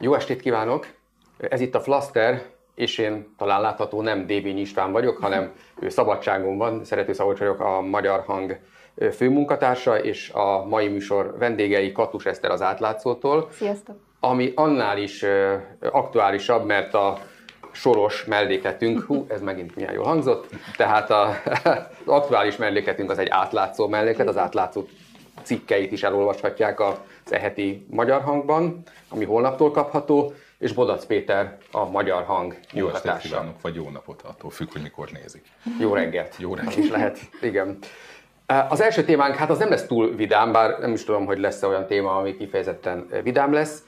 Jó estét kívánok! Ez itt a Flaszter, és én talán látható nem Dévény István vagyok, hanem ő szabadságon van. Szerető Szabolcs vagyok, a Magyar Hang főmunkatársa, és a mai műsor vendégei Katus Eszter az Átlátszótól. Sziasztok! Ami annál is aktuálisabb, mert a soros mellékletünk, ez megint milyen jól hangzott, tehát az aktuális mellékletünk az egy átlátszó melléklet, az átlátszó cikkeit is elolvashatják az heti Magyar Hangban, ami holnaptól kapható, és Bodac Péter a Magyar Hang Jó estét munkatársa. kívánok, vagy jó napot, attól függ, hogy mikor nézik. Jó reggelt. Jó reggelt. Is lehet, igen. Az első témánk, hát az nem lesz túl vidám, bár nem is tudom, hogy lesz olyan téma, ami kifejezetten vidám lesz.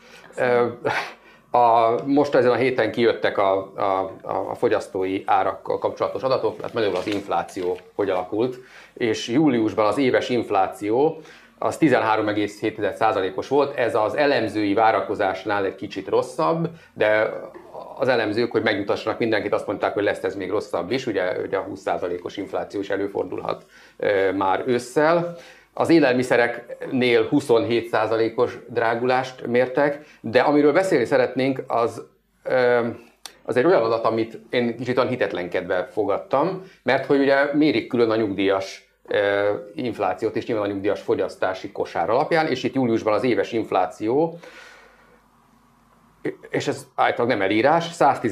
Most ezen a héten kijöttek a fogyasztói árakkal kapcsolatos adatok, hát magyarul az infláció hogy alakult, és júliusban az éves infláció az 13,7%-os volt, ez az elemzői várakozásnál egy kicsit rosszabb, de az elemzők, hogy megnyugtassanak mindenkit, azt mondták, hogy lesz ez még rosszabb is, ugye a 20%-os infláció is előfordulhat már ősszel. Az élelmiszereknél 27%-os drágulást mértek, de amiről beszélni szeretnénk, az egy olyan adat, amit én kicsit olyan hitetlenkedve fogadtam, mert hogy ugye mérik külön a nyugdíjas inflációt és nyilván a nyugdíjas fogyasztási kosár alapján, és itt júliusban az éves infláció, és ez általában nem elírás,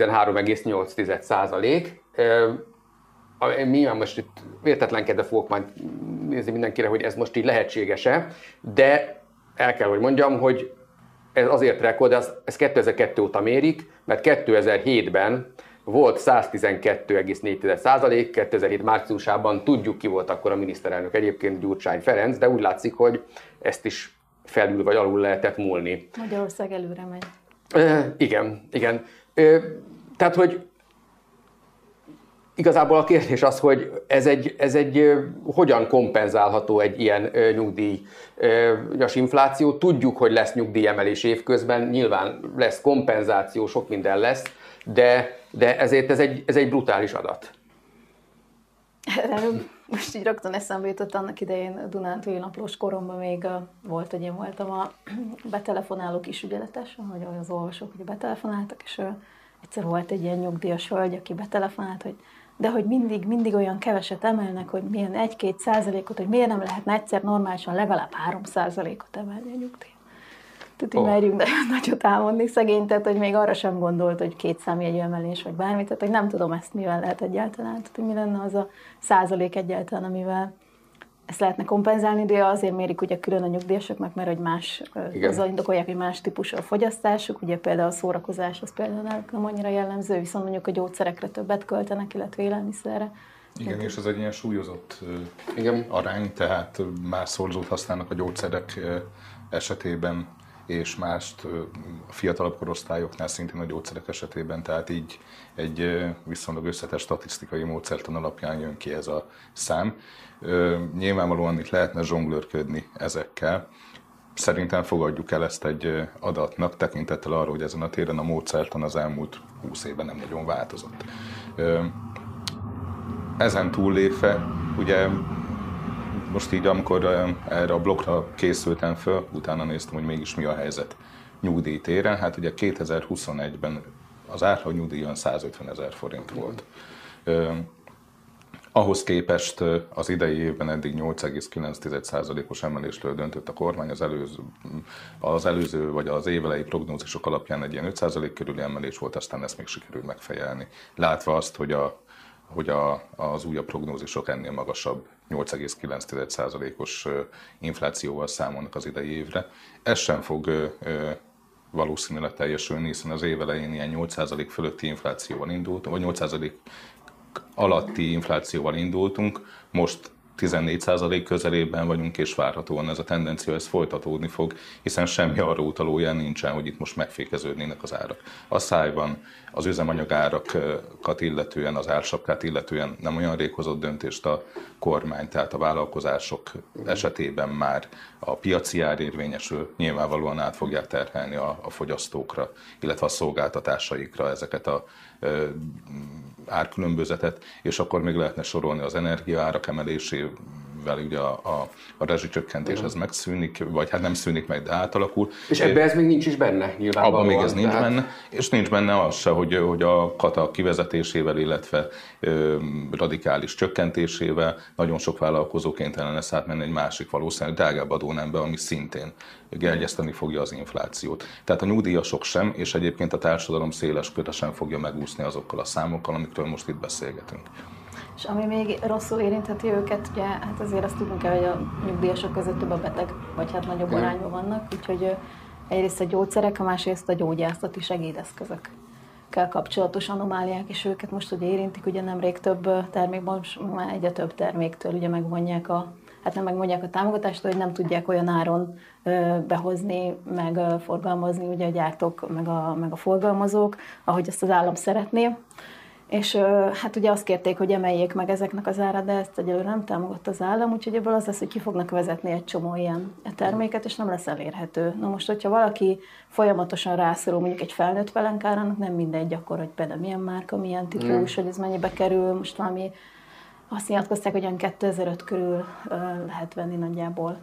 113,8%. Mi most itt értetlenkedve fogok majd nézni mindenkire, hogy ez most így lehetséges-e, de el kell, hogy mondjam, hogy ez azért rekord, ez 2002 óta mérik, mert 2007-ben volt 112,4%, 2007 márciusában tudjuk ki volt akkor a miniszterelnök, egyébként Gyurcsány Ferenc, de úgy látszik, hogy ezt is felül vagy alul lehetett múlni. Magyarország előre megy. Igen. Tehát, hogy igazából a kérdés az, hogy ez egy hogyan kompenzálható egy ilyen nyugdíjas infláció. Tudjuk, hogy lesz nyugdíjemelés évközben, nyilván lesz kompenzáció, sok minden lesz, de ezért ez egy brutális adat. Most így rögtön eszembe jutott annak idején Dunántúli naplós koromban még volt, hogy én voltam a betelefonáló kisügyeletes, hogy az olvasók hogy betelefonáltak, és egyszer volt egy ilyen nyugdíjas hölgy, aki betelefonált, de hogy mindig olyan keveset emelnek, hogy milyen 1-2%-ot, hogy miért nem lehetne egyszer normálisan legalább 3%-ot emelni a nyugdíj. Tehát így merjünk nagyot álmodni szegény, tehát hogy még arra sem gondolt, hogy 2 számjegyű emelés, vagy bármit, tehát hogy nem tudom ezt mivel lehet egyáltalán, tehát hogy mi lenne az a százalék egyáltalán, amivel ezt lehetne kompenzálni, de azért mérik ugye külön a nyugdíjasoknak, mert hogy más, azzal indokolják, hogy más típusú a fogyasztásuk, ugye például a szórakozás az például nem annyira jellemző, viszont mondjuk a gyógyszerekre többet költenek, illetve élelmiszerre. Igen, és ez egy ilyen súlyozott arány, tehát más szorzót használnak a gyógyszerek esetében, és mást a fiatalabb korosztályoknál szintén a gyógyszerek esetében, tehát így egy viszonylag összetett statisztikai módszertan alapján jön ki ez a szám. Nyilvánvalóan itt lehetne zsonglőrködni ezekkel. Szerintem fogadjuk el ezt egy adatnak, tekintettel arra, hogy ezen a téren a módszertan az elmúlt 20 évben nem nagyon változott. Ezen túllépve, ugye most így, amikor erre a blogra készültem föl, utána néztem, hogy mégis mi a helyzet nyugdíjtéren. Hát ugye 2021-ben az átlag nyugdíjon 150 000 forint volt. Ahhoz képest az idei évben eddig 8,9%-os emelésről döntött a kormány, az előző vagy az évelei prognózisok alapján egy ilyen 5% körüli emelés volt, aztán ezt még sikerült megfejelni. Látva azt, hogy az újabb prognózisok ennél magasabb 8,9%-os inflációval számolnak az idei évre. Ez sem fog valószínűleg teljesülni, hiszen az év elején ilyen 8% fölötti inflációval indultunk, vagy 8% alatti inflációval indultunk, most 14% közelében vagyunk, és várhatóan ez a tendencia ez folytatódni fog, hiszen semmi arra utaló jel nincsen, hogy itt most megfékeződnének az árak. A szájban az üzemanyagárakat illetően, az ársapkát illetően nem olyan rég hozott döntést a kormány, tehát a vállalkozások esetében már a piaci ár érvényesül, nyilvánvalóan át fogják terhelni a fogyasztókra, illetve a szolgáltatásaikra ezeket a árkülönbözetet, és akkor még lehetne sorolni az energiaárak emelésével amivel ugye a rezsicsökkentés ez megszűnik, vagy hát nem szűnik meg, de átalakul. És ebben ez még nincs is benne, nyilvánvalóan. Abban még ez nincs benne, és nincs benne az se, hogy a kata kivezetésével, illetve radikális csökkentésével nagyon sok vállalkozó kénytelen lesz átmenni egy másik valószínűleg drágább adónembe, ami szintén gerjeszteni fogja az inflációt. Tehát a nyugdíjasok sem, és egyébként a társadalom széles köre sem fogja megúszni azokkal a számokkal, amikről most itt beszélgetünk. És ami még rosszul érintheti őket, ugye, hát azért azt tudunk kell, hogy a nyugdíjasok között több a beteg, vagy hát nagyobb arányban vannak, úgyhogy egyrészt a gyógyszerek, a másrészt a gyógyászati segédeszközökkel kapcsolatos anomáliák, és őket most ugye érintik, ugye nemrég több termékben, már egyre több terméktől ugye megvonják nem megmondják a támogatást, hogy nem tudják olyan áron behozni, meg forgalmazni ugye a gyártók, meg a forgalmazók, ahogy ezt az állam szeretné. És hát ugye azt kérték, hogy emeljék meg ezeknek az árát, de ezt egyelőre nem támogatta az állam, úgyhogy ebből az lesz, hogy ki fognak vezetni egy csomó ilyen terméket, és nem lesz elérhető. Na most, hogyha valaki folyamatosan rászorul mondjuk egy felnőtt pelenkárának, nem mindegy akkor, hogy például milyen márka, milyen típus, hogy ez mennyibe kerül, most valami azt nyilatkozták, hogy olyan 2005 körül lehet venni nagyjából,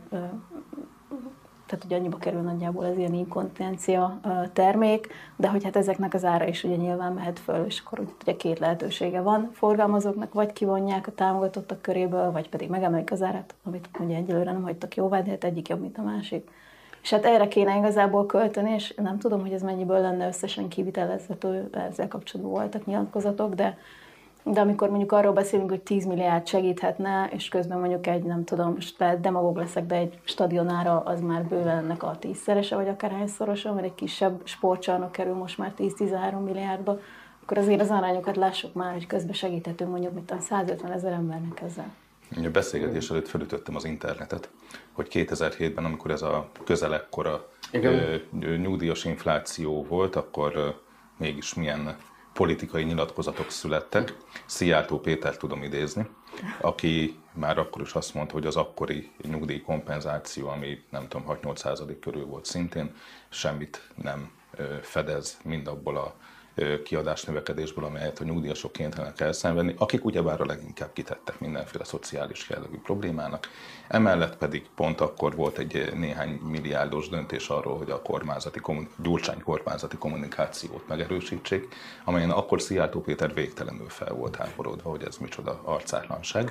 tehát ugye annyiba kerül nagyjából az ilyen inkontinencia termék, de hogy hát ezeknek az ára is ugye nyilván mehet föl, és akkor ugye két lehetősége van forgalmazóknak, vagy kivonják a támogatottak köréből, vagy pedig megemelik az árat, amit ugye egyelőre nem hagytak jóvá, de hát egyik jobb, mint a másik. És hát erre kéne igazából költeni, és nem tudom, hogy ez mennyiből lenne összesen kivitelezhető, ezzel kapcsolatban voltak nyilatkozatok, de amikor mondjuk arról beszélünk, hogy 10 milliárd segíthetne, és közben mondjuk egy, nem tudom, most demagóg leszek, de egy stadionára az már bőven ennek a 10-szerese, vagy akárhányszorosa, mert egy kisebb sportcsarnok kerül most már 10-13 milliárdba, akkor azért az arányokat lássuk már, hogy közben segíthető mondjuk, mint a 150 000 embernek ezzel. A beszélgetés előtt felütöttem az internetet, hogy 2007-ben, amikor ez a közelekkora nyugdíjas infláció volt, akkor mégis milyen politikai nyilatkozatok születtek. Szijjártó Pétert tudom idézni, aki már akkor is azt mondta, hogy az akkori nyugdíjkompenzáció, ami nem tudom, 6-8% körül volt szintén, semmit nem fedez mindabból a kiadásnövekedésből, amelyet a nyugdíjasok kénytelenek elszenvedni, akik ugyebár a leginkább kitettek mindenféle szociális jellegű problémának. Emellett pedig pont akkor volt egy néhány milliárdos döntés arról, hogy a Gyurcsány kormányzati kommunikációt megerősítsék, amelyen akkor Szijjártó Péter végtelenül fel volt háborodva, hogy ez micsoda arcátlanság.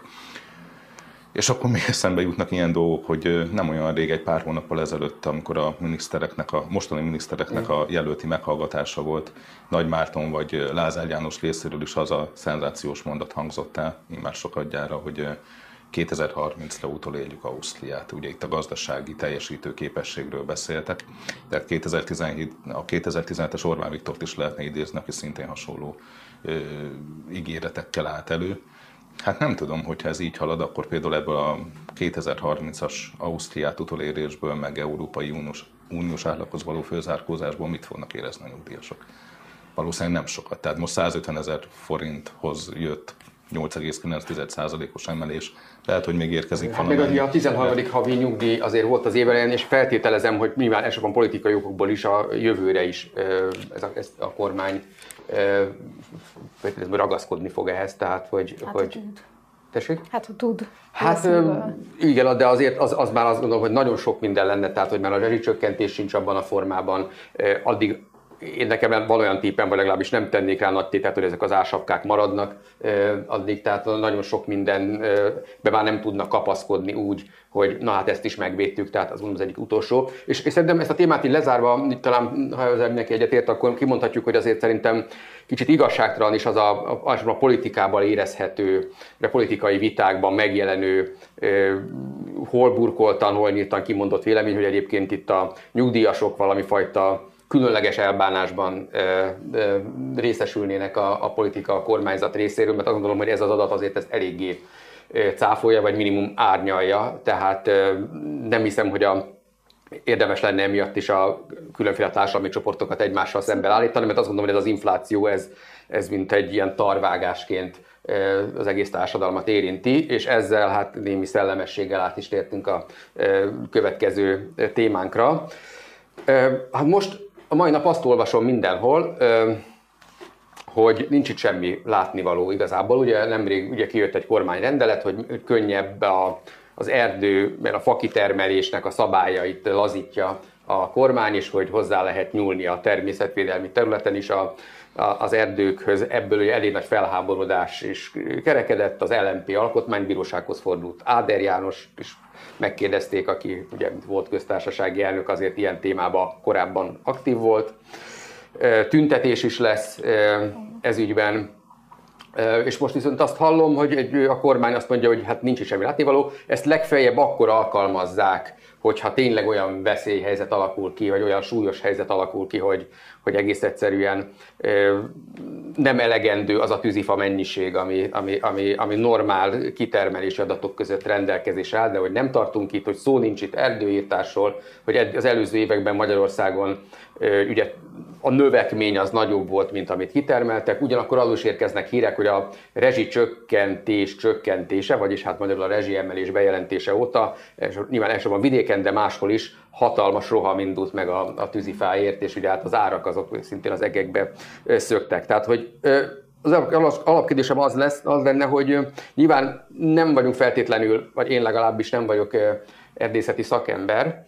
És akkor még eszembe jutnak ilyen dolgok, hogy nem olyan rég, egy pár hónappal ezelőtt, amikor a mostani minisztereknek a jelölti meghallgatása volt, Nagy Márton vagy Lázár János részéről is az a szenzációs mondat hangzott el, immár sokadjára, hogy 2030-ra utoléljük Ausztriát. Ugye itt a gazdasági teljesítő képességről beszéltek, tehát a 2017-es Orbán Viktort is lehetne idézni, aki szintén hasonló ígéretekkel állt elő. Hát nem tudom, hogyha ez így halad, akkor például ebből a 2030-as Ausztriát utolérésből, meg Európai Uniós átlaghoz való fölzárkózásból mit fognak érezni a nyugdíjasok? Valószínűleg nem sokat. Tehát most 150 000 forinthoz jött 8,9%-os emelés. Lehet, hogy még érkezik valami. Meg a 13. havi nyugdíj azért volt az év elején, és feltételezem, hogy nyilván elsősorban politikai okokból is a jövőre is ez a kormány ragaszkodni fog ehhez, tehát hogy... Tessék? Hát, tud. Hát igen, de azért az már azt gondolom, hogy nagyon sok minden lenne, tehát hogy már a rezsicsökkentés sincs abban a formában, addig én nekem van olyan típem, vagy legalábbis nem tennék rá nagy tételt, hogy ezek az ársapkák maradnak addig, tehát nagyon sok mindenbe már nem tudnak kapaszkodni úgy, hogy na hát ezt is megvédtük, tehát az egyik utolsó. És szerintem ezt a témát így lezárva, talán ha az mindenki egyetért, akkor kimondhatjuk, hogy azért szerintem kicsit igazságtalan is az a politikában érezhető, a politikai vitákban megjelenő, hol burkoltan, hol nyíltan kimondott vélemény, hogy egyébként itt a nyugdíjasok valami fajta különleges elbánásban részesülnének a politika, a kormányzat részéről, mert azt gondolom, hogy ez az adat azért ezt eléggé cáfolja, vagy minimum árnyalja, tehát nem hiszem, hogy érdemes lenne emiatt is a különféle társadalmi csoportokat egymással szemben állítani, mert azt gondolom, hogy ez az infláció, ez mint egy ilyen tarvágásként az egész társadalmat érinti, és ezzel hát némi szellemességgel át is tértünk a következő témánkra. Hát most a mai nap azt olvasom mindenhol, hogy nincs itt semmi látnivaló igazából. Ugye nemrég kijött egy kormányrendelet, hogy könnyebb az erdőben a fakitermelésnek a szabályait lazítja a kormány, és hogy hozzá lehet nyúlni a természetvédelmi területen is az erdőkhöz. Ebből ugye elég nagy felháborodás is kerekedett, az LMP alkotmánybírósághoz fordult, Áder János is megkérdezték, aki ugye volt köztársasági elnök, azért ilyen témában korábban aktív volt. Tüntetés is lesz ez ügyben. És most viszont azt hallom, hogy a kormány azt mondja, hogy hát nincs is semmi látnivaló, ezt legfeljebb akkor alkalmazzák, hogyha tényleg olyan veszélyhelyzet alakul ki, vagy olyan súlyos helyzet alakul ki, hogy egész egyszerűen nem elegendő az a tűzifa mennyiség, ami normál kitermelési adatok között rendelkezésre áll, de hogy nem tartunk itt, hogy szó nincs itt erdőírtásról, hogy az előző években Magyarországon ugye a növekmény az nagyobb volt, mint amit kitermeltek, ugyanakkor arról is érkeznek hírek, hogy a rezsicsökkentés csökkentése, vagyis hát magyarul a rezsiemelés bejelentése óta, és nyilván elsősorban vidéken, de máshol is hatalmas roham indult meg a tűzifáért, és ugye hát az árak azok szintén az egekbe szöktek. Tehát, hogy az alapkérdésem az lenne, hogy nyilván nem vagyunk feltétlenül, vagy én legalábbis nem vagyok erdészeti szakember,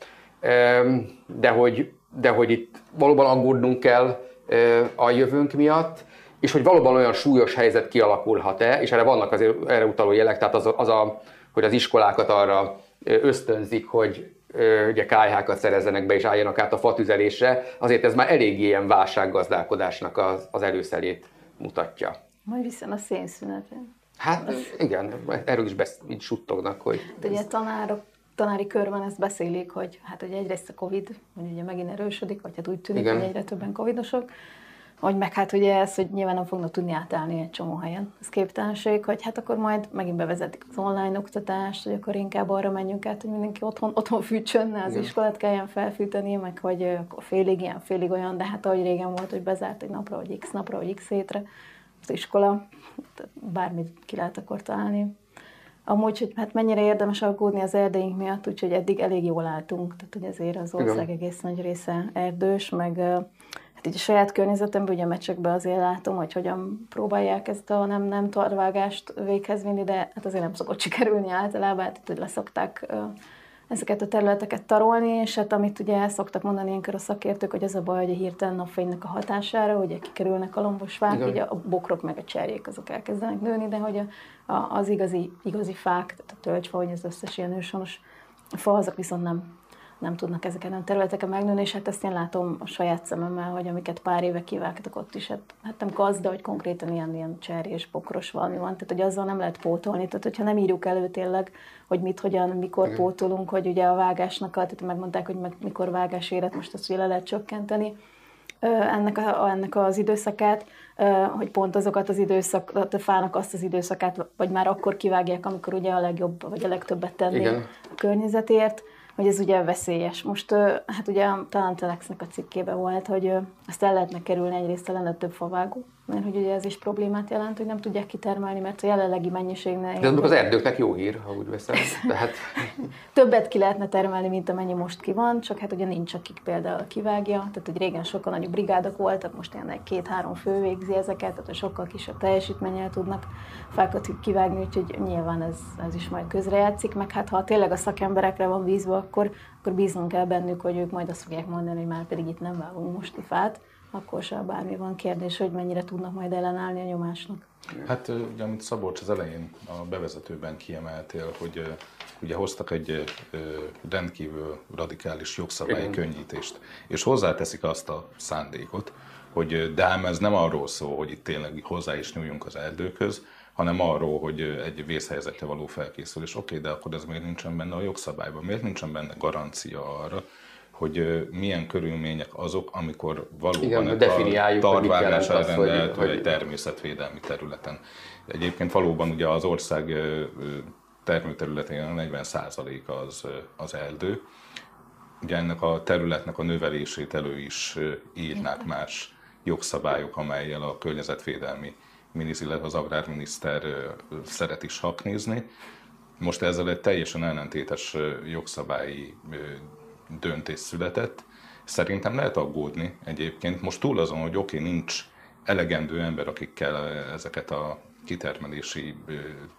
de hogy itt valóban aggódnunk kell a jövőnk miatt, és hogy valóban olyan súlyos helyzet kialakulhat-e, és erre vannak azért erre utaló jelek, tehát hogy az iskolákat arra ösztönzik, hogy ugye kályhákat szerezzenek be és álljanak át a fatüzelésre, azért ez már elég ilyen válsággazdálkodásnak az előszelét mutatja. Majd viszont a szénszünetén. Hát igen, erről is így suttognak, hogy... De ugye tanári körben ezt beszélik, hogy hát ugye egyrészt a Covid, hogy ugye megint erősödik, vagy hát úgy tűnik, igen, hogy egyre többen covidosok, hogy meg hát ugye ez, hogy nyilván nem fognak tudni átállni egy csomó helyen. Ez képtelenség, hogy hát akkor majd megint bevezetik az online oktatást, hogy akkor inkább arra menjünk át, hogy mindenki otthon fűtsön, ne az iskolát kelljen felfűteni, meg hogy akkor félig ilyen, félig olyan, de hát ahogy régen volt, hogy bezárt egy napra, vagy x napra, vagy x hétre az iskola, bármit ki lehet akkor találni. Amúgy, hogy hát mennyire érdemes aggódni az erdéink miatt, úgyhogy eddig elég jól álltunk, tehát hogy azért az ország egész nagy része erdős, meg hát így a saját környezetemben, ugye a meccsekben azért látom, hogy hogyan próbálják ezt a nem tarvágást véghez vinni, de hát azért nem szokott sikerülni általában, tehát hogy leszokták ezeket a területeket tarolni, és hát amit ugye szoktak mondani ilyenkor a szakértők, hogy az a baj, hogy a hirtelen napfénynek a hatására, ugye kikerülnek a lombos fák, ugye a bokrok meg a cserjék azok elkezdenek nőni, de hogy az igazi fák, tehát a tölgyfa, vagy az összes ilyen őshonos fa, azok viszont nem tudnak ezeken a területeken megnőni, és hát ezt én látom a saját szememmel, hogy amiket pár éve kivágtak ott is, hát nem gazda, hogy konkrétan ilyen cserjés, bokros valami van, tehát hogy azzal nem lehet pótolni, tehát hogyha nem írjuk elő tényleg, hogy mit, hogyan, mikor pótolunk, hogy ugye a vágásnak, tehát megmondták, hogy mikor vágás éret, most azt ugye le lehet csökkenteni, ennek az időszakát, hogy pont azokat az időszak, a fának azt az időszakát, vagy már akkor kivágják, amikor ugye a legjobb, vagy a legtöbbet tenni a környezetért, hogy ez ugye veszélyes. Most hát ugye talán Telexnek a cikkében volt, hogy azt el lehetne kerülni, egyrészt lenne több favágó, mert hogy ugye ez is problémát jelent, hogy nem tudják kitermelni, mert a jelenlegi mennyiségnél... De ez az erdőknek jó hír, ha úgy veszem. Tehát... Többet ki lehetne termelni, mint amennyi most ki van, csak hát ugye nincs, akik például kivágja, tehát hogy régen sokkal nagyobb brigádok voltak, most ilyen 2-3 fő végzi ezeket, tehát sokkal kisebb teljesítménnyel tudnak fákat kivágni, úgyhogy nyilván ez is majd közrejátszik, meg hát ha tényleg a szakemberekre van bízva, akkor bíznunk kell bennük, hogy ők majd azt fogják mondani, hogy már pedig itt nem vágunk mosti fát, akkor sem bármi van kérdés, hogy mennyire tudnak majd ellenállni a nyomásnak. Hát ugye, amit Szabolcs az elején a bevezetőben kiemeltél, hogy ugye hoztak egy rendkívül radikális jogszabályi könnyítést, és hozzáteszik azt a szándékot, hogy de ám ez nem arról szól, hogy itt tényleg hozzá is nyúljunk az erdőkhöz, hanem arról, hogy egy vészhelyzetre való felkészülés. Oké, de akkor ez miért nincsen benne a jogszabályban? Miért nincsen benne garancia arra, hogy milyen körülmények azok, amikor valóban a tarvágás elrendelhető egy természetvédelmi területen. Egyébként valóban ugye az ország termőterületének 40% az erdő. Ugye ennek a területnek a növelését elő is írnák más jogszabályok, amellyel a környezetvédelmi miniszter, illetve az agrárminiszter szeret is haknézni. Most ezzel egy teljesen ellentétes jogszabályi döntés született. Szerintem lehet aggódni egyébként. Most túl azon, hogy nincs elegendő ember, akikkel ezeket a kitermelési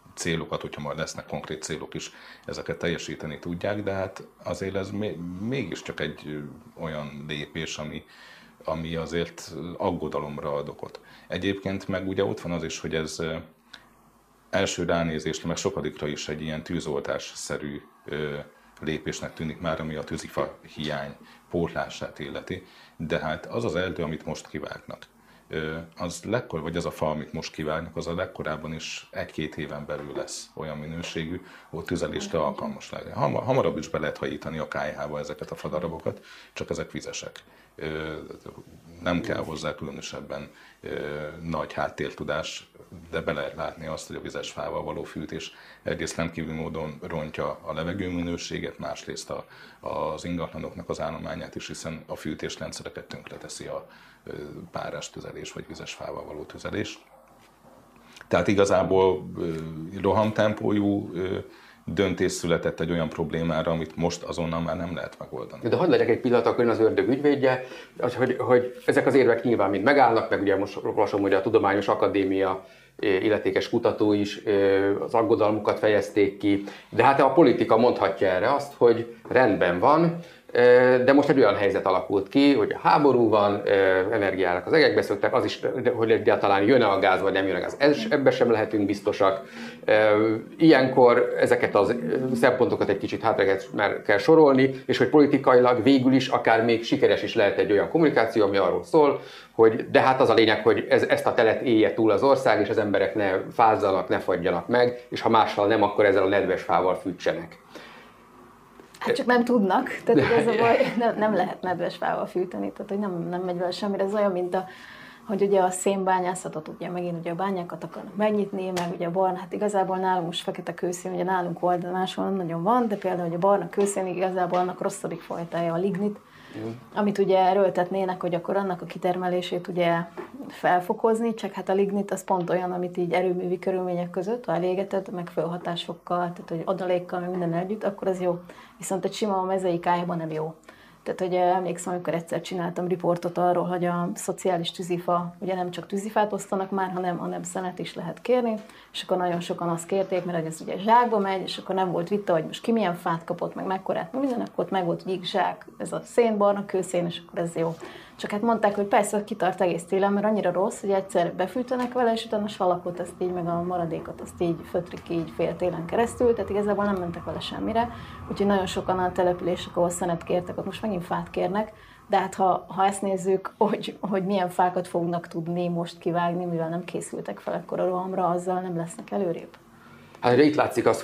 célokat, hogyha majd lesznek konkrét célok is, ezeket teljesíteni tudják, de hát azért ez mégiscsak egy olyan lépés, ami azért aggodalomra ad okot. Egyébként meg ugye ott van az is, hogy ez első ránézésre, meg sokadikra is egy ilyen tűzoltásszerű lépésnek tűnik már, ami a tűzifa hiány pótlását illeti, de hát az az erdő, amit most kivágnak, vagy az a fa, amit most kivágnak, az a legkorábban is 1-2 éven belül lesz olyan minőségű, hogy tüzelésre alkalmas legyen. Hamarabb is be lehet hajítani a kályhába ezeket a fadarabokat, csak ezek vizesek. Nem kell hozzá különösebben nagy háttértudás, de be lehet látni azt, hogy a vizes fával való fűtés egyrészt rendkívül módon rontja a levegőminőséget, másrészt az ingatlanoknak az állományát is, hiszen a fűtésrendszereket tönkreteszi a párás tüzelés vagy vizes fával való tüzelés. Tehát igazából rohamtempójú döntés született egy olyan problémára, amit most azonnal már nem lehet megoldani. De hadd legyek egy pillanat, akkor én az ördög ügyvédje, hogy ezek az érvek nyilván mind megállnak, meg ugye most olvasom, hogy a Tudományos Akadémia illetékes kutatói is az aggodalmukat fejezték ki, de hát a politika mondhatja erre azt, hogy rendben van, de most egy olyan helyzet alakult ki, hogy a háború van, energiárak az egekbe szöktek, az is, hogy egyáltalán jön-e a gáz, vagy nem jön a gáz, ebben sem lehetünk biztosak. Ilyenkor ezeket a szempontokat egy kicsit hátra kell sorolni, és hogy politikailag végül is akár még sikeres is lehet egy olyan kommunikáció, ami arról szól, hogy de hát az a lényeg, hogy ezt a telet élje túl az ország, és az emberek ne fázzanak, ne fagyjanak meg, és ha mással nem, akkor ezzel a nedves fával fűtsenek. Hát csak nem tudnak, tehát ez a baj, nem lehet nedves fával fűteni, tehát hogy nem megy vele semmire. Ez olyan, mint hogy ugye a szénbányászatot, ugye megint ugye a bányákat akarnak megnyitni, meg ugye a barna, hát igazából nálunk most fekete kőszén, ugye nálunk volt, de máshol nem nagyon van, de például hogy a barna kőszén igazából annak rosszadik fajtája a lignit, amit ugye erőltetnének, hogy akkor annak a kitermelését ugye felfokozni, csak hát a lignit az pont olyan, amit így erőművi körülmények között, ha elégeted, meg fölhatásokkal, tehát hogy adalékkal, meg minden együtt, akkor az jó. Viszont egy sima mezei kályában nem jó. Tehát, hogy emlékszem, amikor egyszer csináltam riportot arról, hogy a szociális tűzifa, ugye nem csak tűzifát osztanak már, hanem szenet is lehet kérni, és akkor nagyon sokan azt kérték, mert ez ugye zsákba megy, és akkor nem volt vita, hogy most ki milyen fát kapott, meg mekkorát, meg minden, akkor ott meg volt, hogy zsák, ez a szén, barna kőszén, és akkor ez jó. Csak hát mondták, hogy persze kitart egész télen, mert annyira rossz, hogy egyszer befűtenek vele, és utána a salakot, ezt így, meg a maradékot, azt így fötrik így fél télen keresztül, tehát igazából nem mentek vele semmire. Úgyhogy nagyon sokan a települések, ahol szenet kértek, ott most megint fát kérnek, de hát ha ezt nézzük, hogy milyen fákat fognak tudni most kivágni, mivel nem készültek fel ekkora rohamra, azzal nem lesznek előrébb. Hát ugye itt látszik az,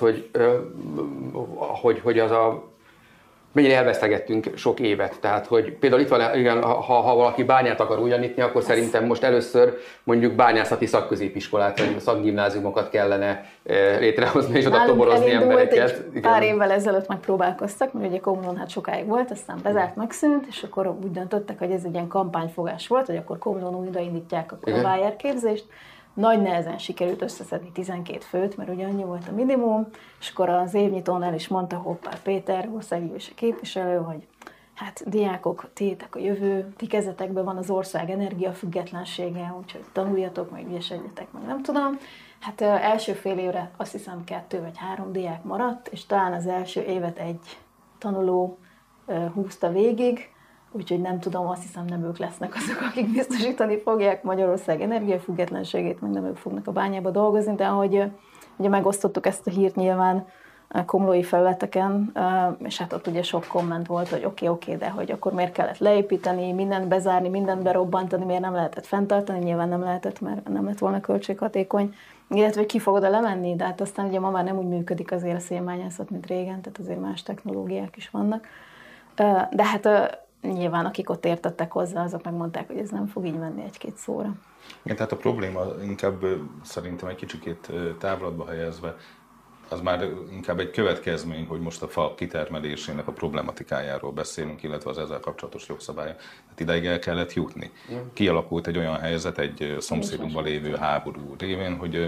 hogy az mennyire elvesztegettünk sok évet. Tehát, hogy például itt van, igen, ha valaki bányát akar újra nyitni, akkor szerintem most először mondjuk bányászati szakközépiskolát, vagy szakgimnáziumokat kellene létrehozni, és oda toborozni embereket. Pár évvel ezelőtt megpróbálkoztak, mert ugye Komlón hát sokáig volt, aztán bezárt, megszűnt, és akkor úgy döntöttek, hogy ez egy ilyen kampányfogás volt, hogy akkor Komlón újraindítják akkor a vájárképzést. Nagy nehezen sikerült összeszedni 12 főt, mert ugye annyi volt a minimum, és akkor az évnyitón el is mondta Hoppár Péter, országgyűlési képviselő, hogy hát diákok, tiétek a jövő, ti kezetekben van az ország energiafüggetlensége, úgyhogy tanuljatok, meg ügyesedjetek, meg nem tudom. Hát első fél évre azt hiszem 2 vagy 3 diák maradt, és talán az első évet egy tanuló húzta végig, úgyhogy nem tudom, azt hiszem nem ők lesznek azok, akik biztosítani fogják Magyarország energiafüggetlenségét, meg nem ők fognak a bányába dolgozni, de ahogy ugye megosztottuk ezt a hírt nyilván komlói felületeken, és hát ott ugye sok komment volt, hogy oké, de hogy akkor miért kellett leépíteni, mindent bezárni, mindent berobbantani, miért nem lehetett fenntartani, nyilván nem lehetett, mert nem lett volna költséghatékony, illetve hogy ki fog oda lemenni, de hát aztán ugye ma már nem úgy működik azért a szénbányászat, mint régen, tehát azért más technológiák is vannak. De hát nyilván akik ott értettek hozzá, azok megmondták, hogy ez nem fog így menni 1-2 szóra. Igen, tehát a probléma inkább szerintem egy kicsikét távlatba helyezve, az már inkább egy következmény, hogy most a fa kitermelésének a problematikájáról beszélünk, illetve az ezzel kapcsolatos jogszabálya. Tehát ideig el kellett jutni. Kialakult egy olyan helyzet egy szomszédunkban lévő háború révén,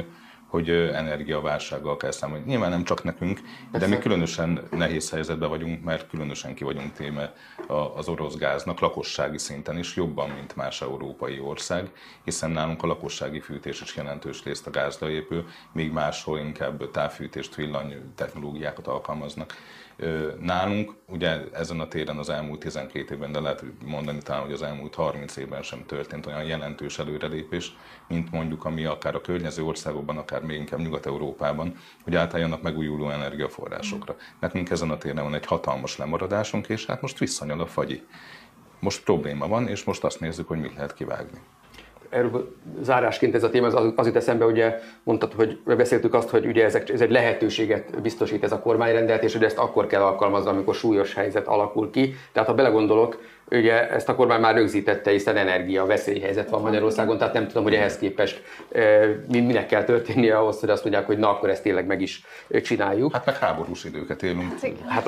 hogy energiaválsággal kell számolni. Nyilván nem csak nekünk, de mi különösen nehéz helyzetben vagyunk, mert különösen ki vagyunk téve az orosz gáznak lakossági szinten is jobban, mint más európai ország, hiszen nálunk a lakossági fűtés is jelentős részt a gázra épül, míg máshol inkább távfűtést, villany technológiákat alkalmaznak. Nálunk ugye ezen a téren az elmúlt 12 évben, de lehet mondani talán, hogy az elmúlt 30 évben sem történt olyan jelentős előrelépés, mint mondjuk ami akár a környező országokban, akár még inkább Nyugat-Európában, hogy átálljanak megújuló energiaforrásokra. Nekünk ezen a téren van egy hatalmas lemaradásunk, és hát most visszanyal a fagyi. Most probléma van, és most azt nézzük, hogy mit lehet kivágni. Erről zárásként ez a téma az jut eszembe, ugye mondtad, hogy beszéltük azt, hogy ugye ez egy lehetőséget biztosít ez a kormányrendelet, és hogy ezt akkor kell alkalmazni, amikor súlyos helyzet alakul ki. Tehát ha belegondolok, ugye ezt a kormány már rögzítette, hiszen energia veszélyhelyzet van Magyarországon, tehát nem tudom, hogy ehhez képest minek kell történnie ahhoz, hogy azt mondják, hogy na akkor ezt tényleg meg is csináljuk. Hát meg háborús időket élünk. Hát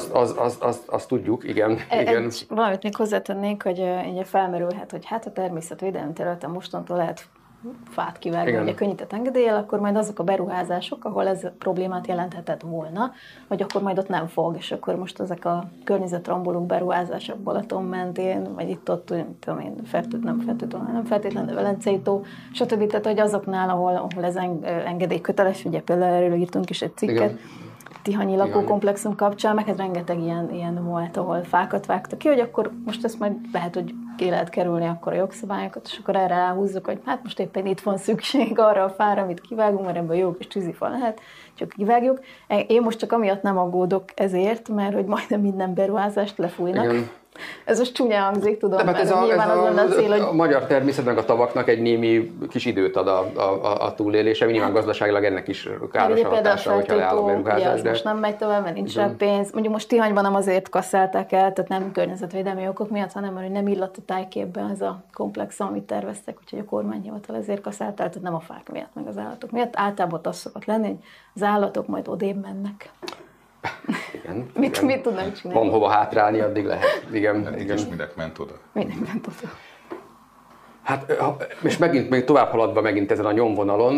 azt tudjuk, igen. Valamit még hozzátennék, hogy ugye felmerülhet, hogy hát a természetvédelmi területen mostantól lehet fát kivágni, ugye könnyített engedéllyel, akkor majd azok a beruházások, ahol ez problémát jelenthetett volna, hogy akkor majd ott nem fog, és akkor most ezek a környezetromboló beruházások Balaton mentén, vagy itt-ott, tudom én, nem feltétlenül Velencei tó, stb. Tehát, hogy azoknál, ahol ez engedélyköteles, ugye például erről írtunk is egy cikket, igen. Tihanyi lakókomplexum kapcsán, meg hát rengeteg ilyen volt, ahol fákat vágtak ki, hogy akkor most ezt majd lehet, hogy ki lehet kerülni akkor a jogszabályokat, és akkor erre ráhúzzuk, hogy hát most éppen itt van szükség arra a fára, amit kivágunk, mert ebből jó kis tűzifa lehet, csak kivágjuk. Én most csak amiatt nem aggódok ezért, mert hogy majdnem minden beruházást lefújnak. Igen. Ez most csúnya hangzik, tudom, mert nyilván az lenne a cél, hogy... A magyar természetnek a tavaknak egy némi kis időt ad a túlélése, nyilván gazdaságilag ennek is káros a hatása, hogyha leáll a beruházás. De... most nem megy tovább, mert nincs rá pénz. Mondjuk most Tihanyban nem azért kasszálták el, tehát nem környezetvédelmi okok miatt, hanem mert nem illott a tájképbe ez a komplexum, amit terveztek, úgyhogy a kormányhivatal ezért kaszzált el, tehát nem a fák miatt, meg az állatok miatt. Általában az szokott lenni, hogy az állatok majd odébb mennek. Igen, mit tudnak csinálni? Van hova hátrálni, addig lehet. Igen. És minek ment oda? Minek ment oda. Hát, és még tovább haladva megint ezen a nyomvonalon,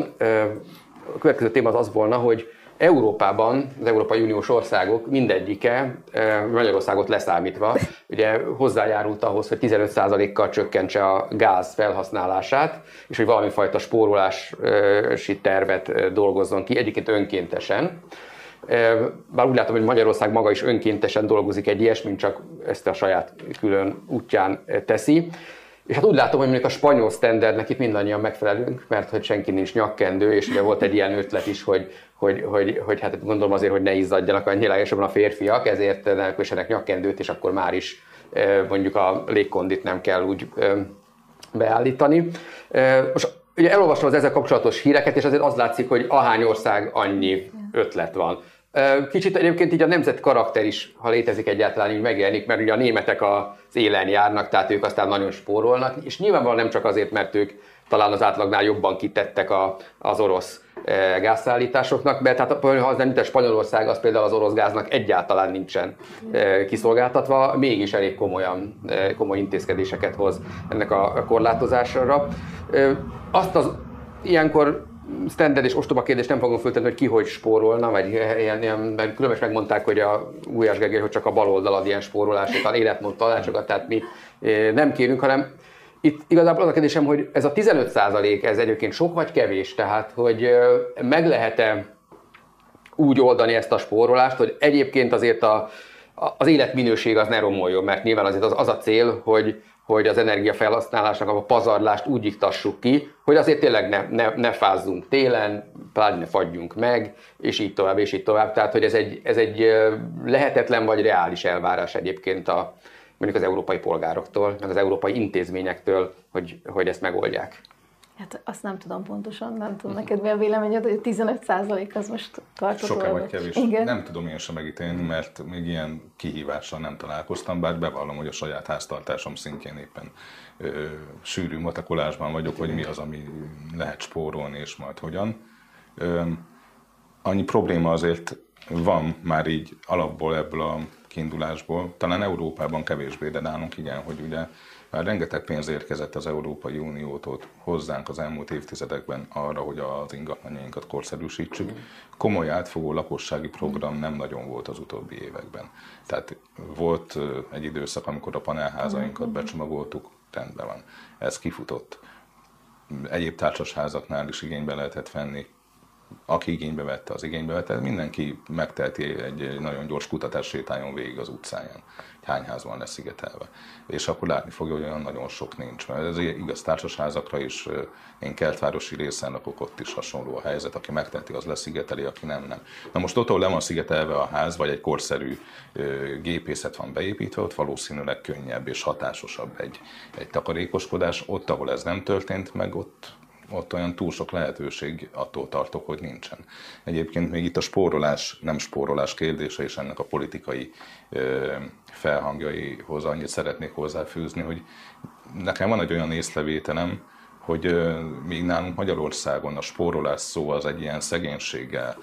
a következő téma az volna, hogy Európában, az Európai Uniós országok mindegyike, Magyarországot leszámítva, ugye hozzájárult ahhoz, hogy 15%-kal csökkentse a gáz felhasználását, és hogy valami fajta spórolási tervet dolgozzon ki, egyébként önkéntesen. Bár úgy látom, hogy Magyarország maga is önkéntesen dolgozik egy ilyesmint, csak ezt a saját külön útján teszi. És hát úgy látom, hogy mondjuk a spanyol sztendernek itt mindannyian megfelelünk, mert hogy senki nincs nyakkendő, és ugye volt egy ilyen ötlet is, hogy hát gondolom azért, hogy ne izzadjanak annyira a férfiak, ezért ne kössenek nyakkendőt, és akkor már is mondjuk a légkondit nem kell úgy beállítani. Most ugye elolvastam az ezzel kapcsolatos híreket, és azért az látszik, hogy ahány ország annyi ötlet van. Kicsit egyébként így a nemzet karakter is, ha létezik egyáltalán, így megjelenik, mert ugye a németek az élen járnak, tehát ők aztán nagyon spórolnak, és nyilvánvalóan nem csak azért, mert ők talán az átlagnál jobban kitettek az orosz gázszállításoknak, mert hát, ha az nem, mint a Spanyolország, az például az orosz gáznak egyáltalán nincsen kiszolgáltatva, mégis elég komoly intézkedéseket hoz ennek a korlátozásra. Azt az ilyenkor standard és ostoba kérdést nem fogom föltenni, hogy ki hogy spórolna, vagy ilyen különös megmondták, hogy a Gulyás Gergely, hogy csak a bal oldal ad ilyen spórolásokat, életmód tanácsokat, tehát mi nem kérünk, hanem itt igazából az a kérdésem, hogy ez a 15% ez egyébként sok vagy kevés, tehát hogy meg lehet-e úgy oldani ezt a spórolást, hogy egyébként azért az életminőség az ne romoljon, mert nyilván azért az a cél, hogy az energiafelhasználásnak a pazarlást úgy iktassuk ki, hogy azért tényleg ne fázzunk télen, pláne ne fagyjunk meg, és így tovább, és így tovább. Tehát, hogy ez egy lehetetlen vagy reális elvárás egyébként mondjuk az európai polgároktól, meg az európai intézményektől, hogy ezt megoldják. Hát azt nem tudom pontosan, nem tudom neked mi a véleményed, hogy 15% az most tartható. Sok-e vagy kevés? Igen. Nem tudom én sem megítélni, mert még ilyen kihívással nem találkoztam, bár bevallom, hogy a saját háztartásom szintjén éppen sűrű matekolásban vagyok, hogy mi az, ami lehet spórolni, és majd hogyan. Annyi probléma azért van már így alapból ebből a kiindulásból, talán Európában kevésbé, de nálunk igen, hogy ugye Már rengeteg pénz érkezett az Európai Uniótól hozzánk az elmúlt évtizedekben arra, hogy az ingatlanjainkat korszerűsítsük. Komoly átfogó lakossági program nem nagyon volt az utóbbi években. Tehát volt egy időszak, amikor a panelházainkat becsomagoltuk, rendben van. Ez kifutott. Egyéb társasházaknál is igénybe lehetett venni. Aki igénybe vette, az igénybe vette. Mindenki megteheti egy nagyon gyors kutatás, sétáljon végig az utcáján, hány ház van leszigetelve. És akkor látni fogja, hogy olyan nagyon sok nincs. Mert ez igaz társasházakra is, én Keltvárosi részen lakok, ott is hasonló a helyzet. Aki megteheti, az leszigeteli, aki nem. Na most ott, ahol le van szigetelve a ház, vagy egy korszerű gépészet van beépítve, ott valószínűleg könnyebb és hatásosabb egy takarékoskodás. Ott, ahol ez nem történt meg, ott olyan túl sok lehetőség, attól tartok, hogy nincsen. Egyébként még itt a spórolás, nem spórolás kérdése és ennek a politikai felhangjaihoz annyit szeretnék hozzáfűzni, hogy nekem van egy olyan észrevételem, hogy még nálunk Magyarországon a spórolás szó az egy ilyen szegénységgel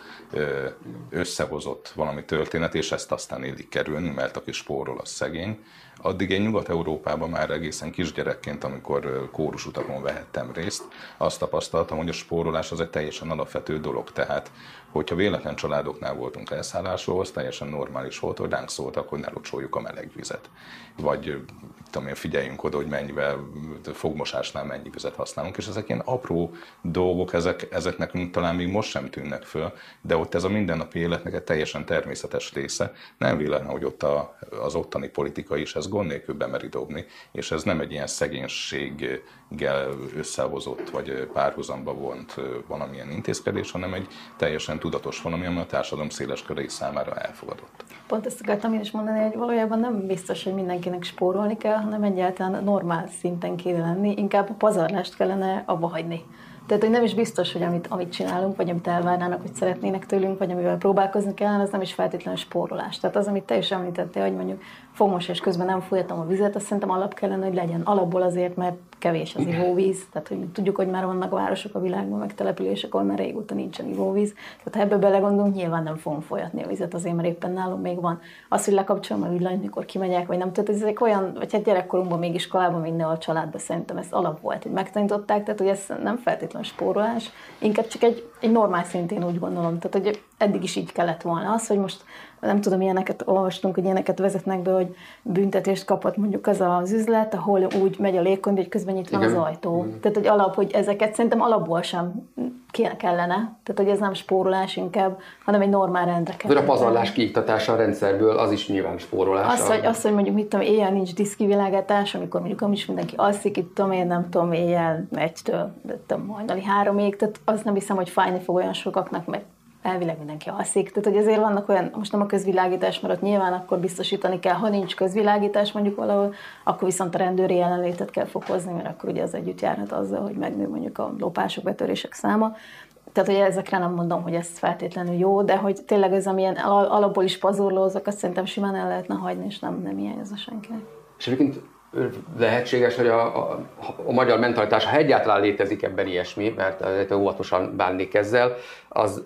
összehozott valami történet, és ezt aztán illik kerülni, mert aki spórol, az szegény. Addig én Nyugat-Európában már egészen kisgyerekként, amikor kórusutakon vehettem részt, azt tapasztaltam, hogy a spórolás az egy teljesen alapvető dolog. Tehát, hogyha véletlen családoknál voltunk elszállásolva, az teljesen normális volt, hogy ránk szóltak, hogy ne locsoljuk a meleg vizet. Vagy figyeljünk oda, hogy mennyivel, fogmosásnál mennyi vizet használunk. És ezek ilyen apró dolgok, ezek nekünk talán még most sem tűnnek föl, de ott ez a mindennapi életnek egy teljesen természetes része. Nem véletlen, hogy ott az ottani politika is ezt gond nélkül bemeri dobni, és ez nem egy ilyen szegénységgel összehozott vagy párhuzamba vont valamilyen intézkedés, hanem egy teljesen tudatos valami, ami a társadalom széles körei számára elfogadott. Pont ezt akartam én is mondani, hogy valójában nem biztos, hogy mindenkinek spórolni kell, hanem egyáltalán normál szinten kéne lenni, inkább a pazarlást kellene abba hagyni. Tehát, hogy nem is biztos, hogy amit csinálunk, vagy amit elvárnának, hogy szeretnének tőlünk, vagy amivel próbálkozni kellene, az nem is feltétlenül spórolás. Tehát az, amit te is említettél, hogy mondjuk fogmosás közben nem folytatom a vizet, azt szerintem alap kellene, hogy legyen. Alapból azért, mert kevés az ivóvíz. Tehát, hogy tudjuk, hogy már vannak városok a világban, meg települések, ahol már régóta nincsen ivóvíz. Tehát, ha ebbe belegondolunk, nyilván nem fogom folyatni a vizet azért, mert éppen nálunk még van. Az, hogy lekapcsolom a villanyt, mikor kimegyek, vagy nem. Tehát ezek olyan, vagy hát gyerekkorunkban még iskolában, mindenhol a családban szerintem ez alap volt, hogy megtanították, tehát hogy ez nem feltétlenül spórolás, inkább csak egy normál szintén úgy gondolom. Tehát, hogy eddig is így kellett volna az, hogy most nem tudom, ilyeneket olvastunk, hogy ilyeneket vezetnek be, hogy büntetést kapott mondjuk az az üzlet, ahol úgy megy a légkondi, hogy közben nyitva az ajtó. Tehát, hogy hogy ezeket szerintem alapból sem kellene. Tehát, hogy ez nem spórolás inkább, hanem egy normál rendre kell. De a pazarlás kiiktatása a rendszerből, az is nyilván spórolás. Az, hogy mondjuk mit tudom, éjjel nincs diszkivilágítás, amikor mondjuk is mindenki alszik, itt tudom én, nem tudom, éjjel 1-től hajnali 3-ig, tehát azt nem hiszem, hogy fájni fog olyan sokaknak, mert elvileg mindenki alszik. Tehát, hogy azért vannak olyan, most nem a közvilágítás, mert ott nyilván akkor biztosítani kell, ha nincs közvilágítás mondjuk valahol, akkor viszont a rendőri jelenlétet kell fokozni, mert akkor ugye az együtt járhat azzal, hogy megnő mondjuk a lopások, betörések száma. Tehát, hogy ezekre nem mondom, hogy ez feltétlenül jó, de hogy tényleg ez, amilyen alapból is pazarlózok, azt szerintem simán el lehetne hagyni, és nem hiányozza senkinek. És egyébként lehetséges, hogy a magyar mentalitás, ha egyáltalán létezik ebben ilyesmi, mert óvatosan bánnék ezzel, az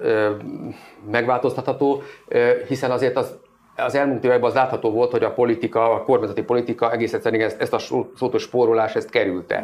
megváltoztatható, hiszen azért az elmúlt években az látható volt, hogy a politika, a kormányzati politika egész egyszerűen ezt a szótos spórolás, ezt kerülte.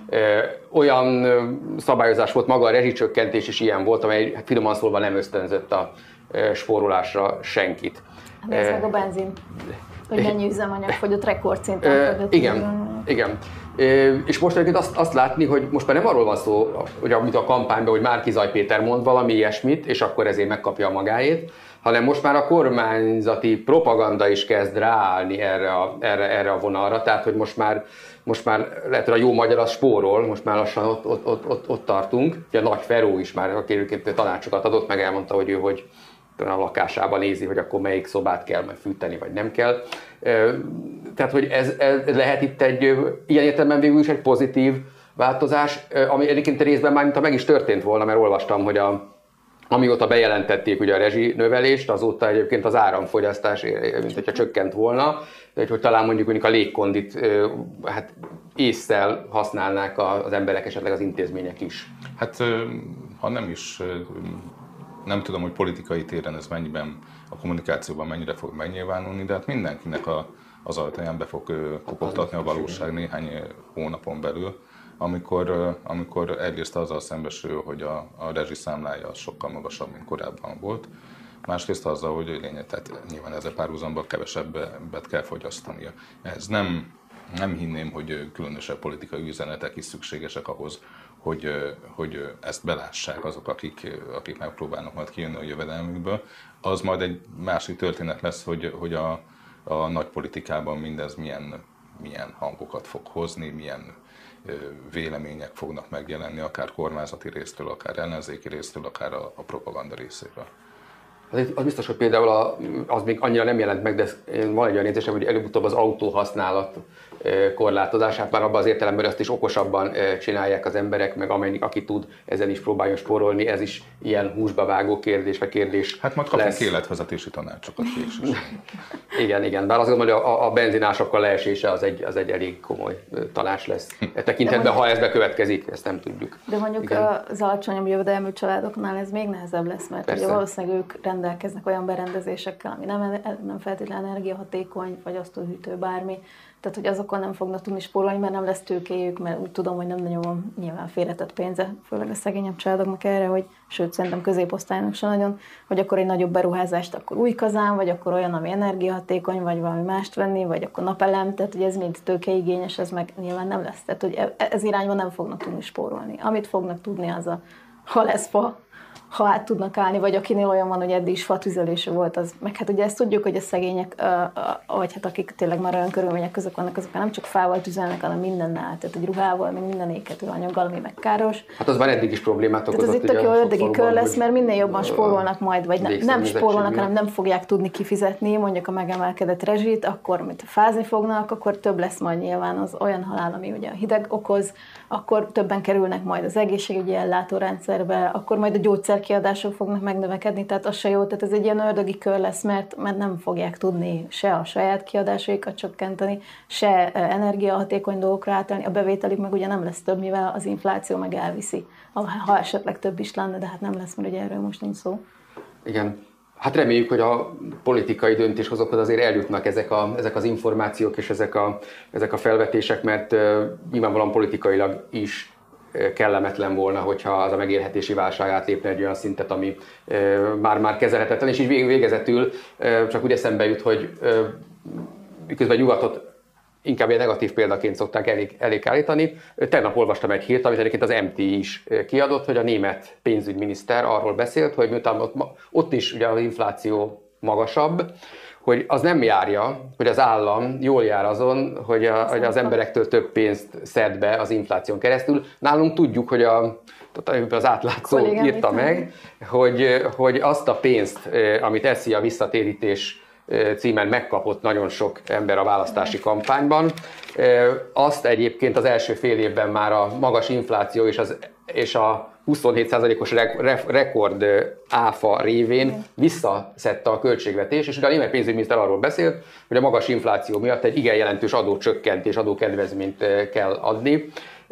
Olyan szabályozás volt, maga a rezsicsökkentés is ilyen volt, amely finoman szólva nem ösztönzött a spórolásra senkit. De ez meg a benzin. Hogy mennyi üzemanyag fogyott rekordszinten. Igen. És most egyébként azt látni, hogy most már nem arról van szó, hogy amit a kampányban, hogy Márki-Zay Péter mond valami ilyesmit, és akkor ezért megkapja a magáét, hanem most már a kormányzati propaganda is kezd ráállni erre a vonalra, tehát hogy most már lehet, hogy a jó magyar az spórol, most már lassan ott tartunk. Ugye Nagy Feró is már, aki egyébként tanácsokat adott, meg elmondta, hogy ő hogy a lakásában nézi, hogy akkor melyik szobát kell meg fűteni, vagy nem kell. Tehát, hogy ez lehet itt egy ilyen értelemben végül is egy pozitív változás, ami egyébként részben már mintha meg is történt volna, mert olvastam, hogy amióta bejelentették ugye a rezsinövelést, azóta egyébként az áramfogyasztás, mint hogyha csökkent volna, hogy talán mondjuk a légkondit hát ésszel használnák az emberek, esetleg az intézmények is. Hát ha nem is, nem tudom, hogy politikai téren ez mennyiben, a kommunikációban mennyire fog megnyilvánulni, de hát mindenkinek az ajtaján be fog kopogtatni a valóság néhány hónapon belül, amikor egyrészt azzal szembesül, hogy a rezsiszámlája az sokkal magasabb, mint korábban volt, másrészt azzal, hogy tehát nyilván ezzel párhuzamban kevesebbet kell fogyasztania. Ez nem hinném, hogy különösebb politikai üzenetek is szükségesek ahhoz, hogy ezt belássák azok, akik megpróbálnak majd kijönni a jövedelmükből. Az majd egy másik történet lesz, hogy a nagy politikában mindez milyen hangokat fog hozni, milyen vélemények fognak megjelenni, akár kormányzati résztől, akár ellenzéki résztől, akár a propaganda részéről. Az biztos, hogy például az még annyira nem jelent meg, de van egy olyan érzésem, hogy előbb-utóbb az autóhasználat korlátozását, már abban az értelemben azt is okosabban csinálják az emberek, meg aki tud, ezen is próbáljon spórolni, ez is ilyen húsba vágó kérdés, vagy kérdés. Hát majd kapunk életvezetési tanácsokat később. Igen, bár azt gondolom, hogy a benzinásokkal leesése az egy elég komoly tanács lesz. E tekintetben, ha ez bekövetkezik, ezt nem tudjuk. De mondjuk az alacsonyabb jövedelmű családoknál ez még nehezebb lesz, mert ugye valószínűleg ők rendelkeznek olyan berendezésekkel, ami nem feltétlenül energiahatékony, vagy asztalhűtő, bármi. Tehát, hogy azokon nem fognak tudni spórolni, mert nem lesz tőkéjük, mert úgy tudom, hogy nem nagyon van nyilván félretett pénze, főleg a szegényebb családoknak erre, hogy sőt, szerintem középosztálynak sem nagyon, hogy akkor egy nagyobb beruházást, akkor új kazán, vagy akkor olyan, ami energiahatékony, vagy valami mást venni, vagy akkor napelem, tehát hogy ez mind tőkeigényes, ez meg nyilván nem lesz. Tehát, hogy ez irányban nem fognak tudni spórolni. Amit fognak tudni, az ha lesz fa, ha át tudnak állni, vagy akinél olyan van, hogy eddig is fatüzelése volt, az, meg hát ugye ezt tudjuk, hogy a szegények, vagy hát akik tényleg már olyan körülmények között vannak, azok nem csak fával tüzelnek, hanem mindennel, tehát egy ruhával, meg minden égető anyaggal, ami meg káros. Hát az már eddig is problémát okozott. Tehát ez itt tök jó ördögi kör lesz, mert minél jobban spórolnak majd, vagy nem spórolnak, hanem nem fogják tudni kifizetni, mondjuk a megemelkedett rezsit, akkor mit fázni fognak, akkor több lesz majd nyilván az olyan halál, ami ugye a hideg okoz, akkor többen kerülnek majd az egészségügyi ellátórendszerbe, akkor majd a gyógyszerkiadások fognak megnövekedni, tehát az se jó, tehát ez egy ilyen ördögi kör lesz, mert nem fogják tudni se a saját kiadásaikat csökkenteni, se energiahatékony dolgokra átállni, a bevételük meg ugye nem lesz több, mivel az infláció meg elviszi, ha esetleg több is lenne, de hát nem lesz, mert ugye erről most nincs szó. Igen. Hát reméljük, hogy a politikai döntéshozókhoz azért eljutnak ezek az információk és ezek a felvetések, mert nyilvánvalóan politikailag is kellemetlen volna, hogyha az a megélhetési válság átlépne egy olyan szintet, ami már kezelhetetlen, és így végezetül csak úgy eszembe jut, hogy miközben nyugatot inkább egy negatív példaként szokták elég állítani. Tegnap olvastam egy hírt, amit egyébként az MT is kiadott, hogy a német pénzügyminiszter arról beszélt, hogy miután ott is ugye az infláció magasabb, hogy az nem járja, hogy az állam jól jár azon, hogy az emberektől több pénzt szed be az infláción keresztül. Nálunk tudjuk, hogy az átlátszó írta meg, hogy azt a pénzt, amit eszi a visszatérítés címen megkapott nagyon sok ember a választási kampányban, azt egyébként az első fél évben már a magas infláció és a 27%-os rekord áfa révén visszaszedte a költségvetés, és ugye a német pénzügyminiszter arról beszélt, hogy a magas infláció miatt egy igen jelentős adócsökkentés, adókedvezményt kell adni,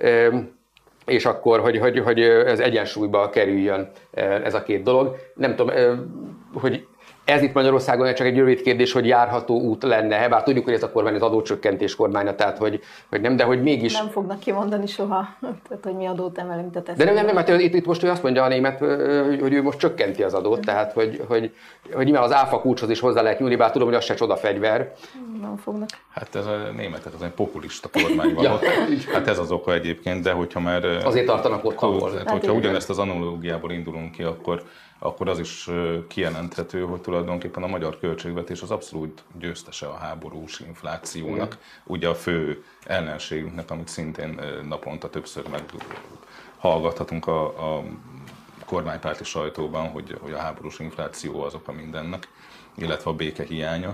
és akkor, hogy ez egyensúlyba kerüljön ez a két dolog. Nem tudom, hogy ez itt Magyarországon csak egy rövid kérdés, hogy járható út lenne, bár tudjuk, hogy ez a kormány az adócsökkentés kormánya, tehát hogy nem, de hogy mégis... Nem fognak kimondani soha, tehát hogy mi adót emelünk. De nem, hát itt most ő azt mondja a német, hogy ő most csökkenti az adót, tehát hogy nyilván az áfa kulcshoz is hozzá lehet nyúlni, bár tudom, hogy az se csodafegyver. Nem fognak. Hát ez a németek, az egy populista kormány van ott. Hát ez az oka egyébként, de hogyha már... Azért tartanak ott, ahol. Hát, hogyha ugyanezt az analógiából indulunk ki, akkor az is kijelenthető, hogy tulajdonképpen a magyar költségvetés az abszolút győztese a háborús inflációnak. Igen. Ugye a fő ellenségünknek, amit szintén naponta többször meghallgathatunk a kormánypárti sajtóban, hogy a háborús infláció az oka mindennek, illetve a béke hiánya.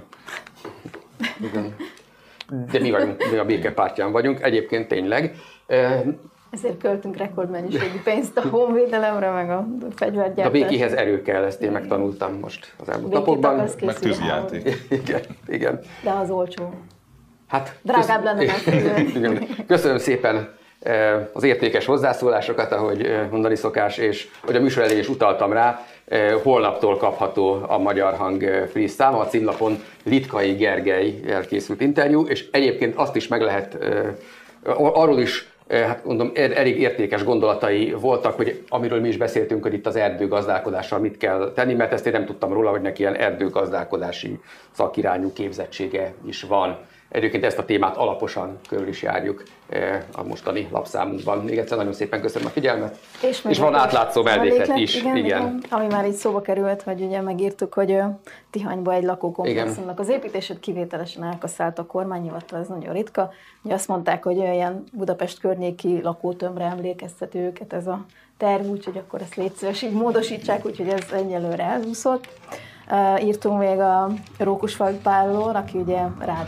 Igen. De mi a béke pártján vagyunk, egyébként tényleg. Ezért költünk rekordmennyiségű pénzt a honvédelemre, meg a fegyvergyártásra. A békéhez erő kell, ezt én megtanultam most az elmúlt napokban. Meg tűzijáték. Igen. De az olcsó. Hát, drágább lenne. Köszönöm szépen az értékes hozzászólásokat, ahogy mondani szokás, és hogy a műsor elején is utaltam rá, holnaptól kapható a Magyar Hang friss száma, a címlapon Litkai Gergely elkészült interjú, és egyébként azt is meg lehet, arról is, hát mondom, elég értékes gondolatai voltak, hogy amiről mi is beszéltünk, hogy itt az erdőgazdálkodással mit kell tenni, mert ezt én nem tudtam róla, hogy neki ilyen erdőgazdálkodási szakirányú képzettsége is van. Egyébként ezt a témát alaposan körül is járjuk a mostani lapszámunkban. Még egyszer nagyon szépen köszönöm a figyelmet. És van átlátszó melléklet is. Igen. Ami már így szóba került, hogy ugye megírtuk, hogy Tihanyba egy lakókomplexumnak az építését kivételesen elkasszált a kormányhivatal, ez nagyon ritka. Ugye azt mondták, hogy ilyen Budapest környéki lakótömbre emlékeztető őket ez a terv, úgyhogy akkor ezt légy szíves, így módosítsák, úgyhogy ez egyelőre elúszott. Írtunk még a Rókusfalvi Pálról, aki ugye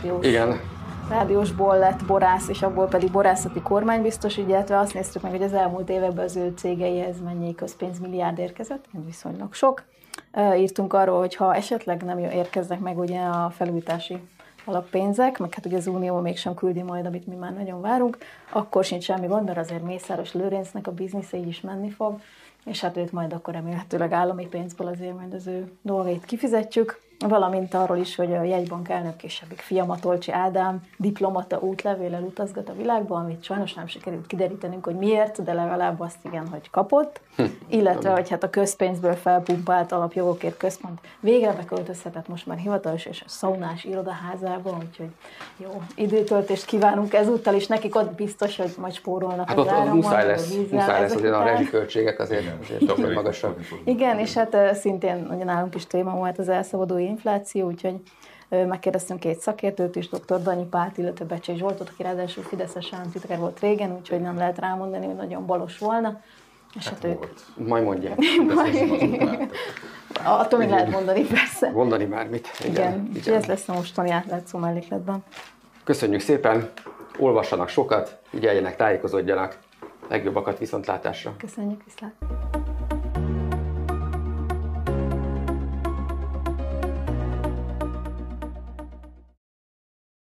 rádiósból lett borász, és abból pedig borászati kormánybiztos, illetve azt néztük meg, hogy az elmúlt években az ő cégeihez mennyi közpénzmilliárd érkezett, viszonylag sok. Írtunk arról, hogy ha esetleg nem érkeznek meg ugye a felújítási alappénzek, meg hát ugye az Unió mégsem küldi majd, amit mi már nagyon várunk, akkor sincs semmi gond, mert azért Mészáros Lőrincnek a biznisze így is menni fog, és hát őt majd akkor remélhetőleg állami pénzből azért majd az ő dolgait kifizetjük, valamint arról is, hogy a jegybank elnök kisebbik fia Matolcsi Ádám diplomata útlevéllel utazgat a világban, amit sajnos nem sikerült kiderítenünk, hogy miért, de legalább azt igen, hogy kapott, illetve, hogy hát a közpénzből felpumpált Alapjogokért Központ végre beköltözhetett most már hivatalos és a szaunás irodaházába, úgyhogy jó időtöltést kívánunk ezúttal is, nekik ott biztos, hogy majd spórolnak hát az áramon. Muszáj lesz azért a rezsiköltségek azért magasabb. Igen, és hát szintén ugye nálunk is téma volt az elszabaduló infláció, úgyhogy megkérdeztünk két szakértőt is, dr. Danyi Pát, illetve Becsei Zsoltot, aki ráadásul fideszes államtitkár volt régen, úgyhogy nem lehet rámondani, hogy nagyon balos volna. És hát ők... Majd mondják. Attól még lehet mondani, persze. Mondani már mit. Igen. Ez lesz a mostani átlátszó mellékletben. Köszönjük szépen, olvassanak sokat, ügyeljenek, tájékozódjanak, legjobbakat viszontlátásra. Köszönjük, viszlát.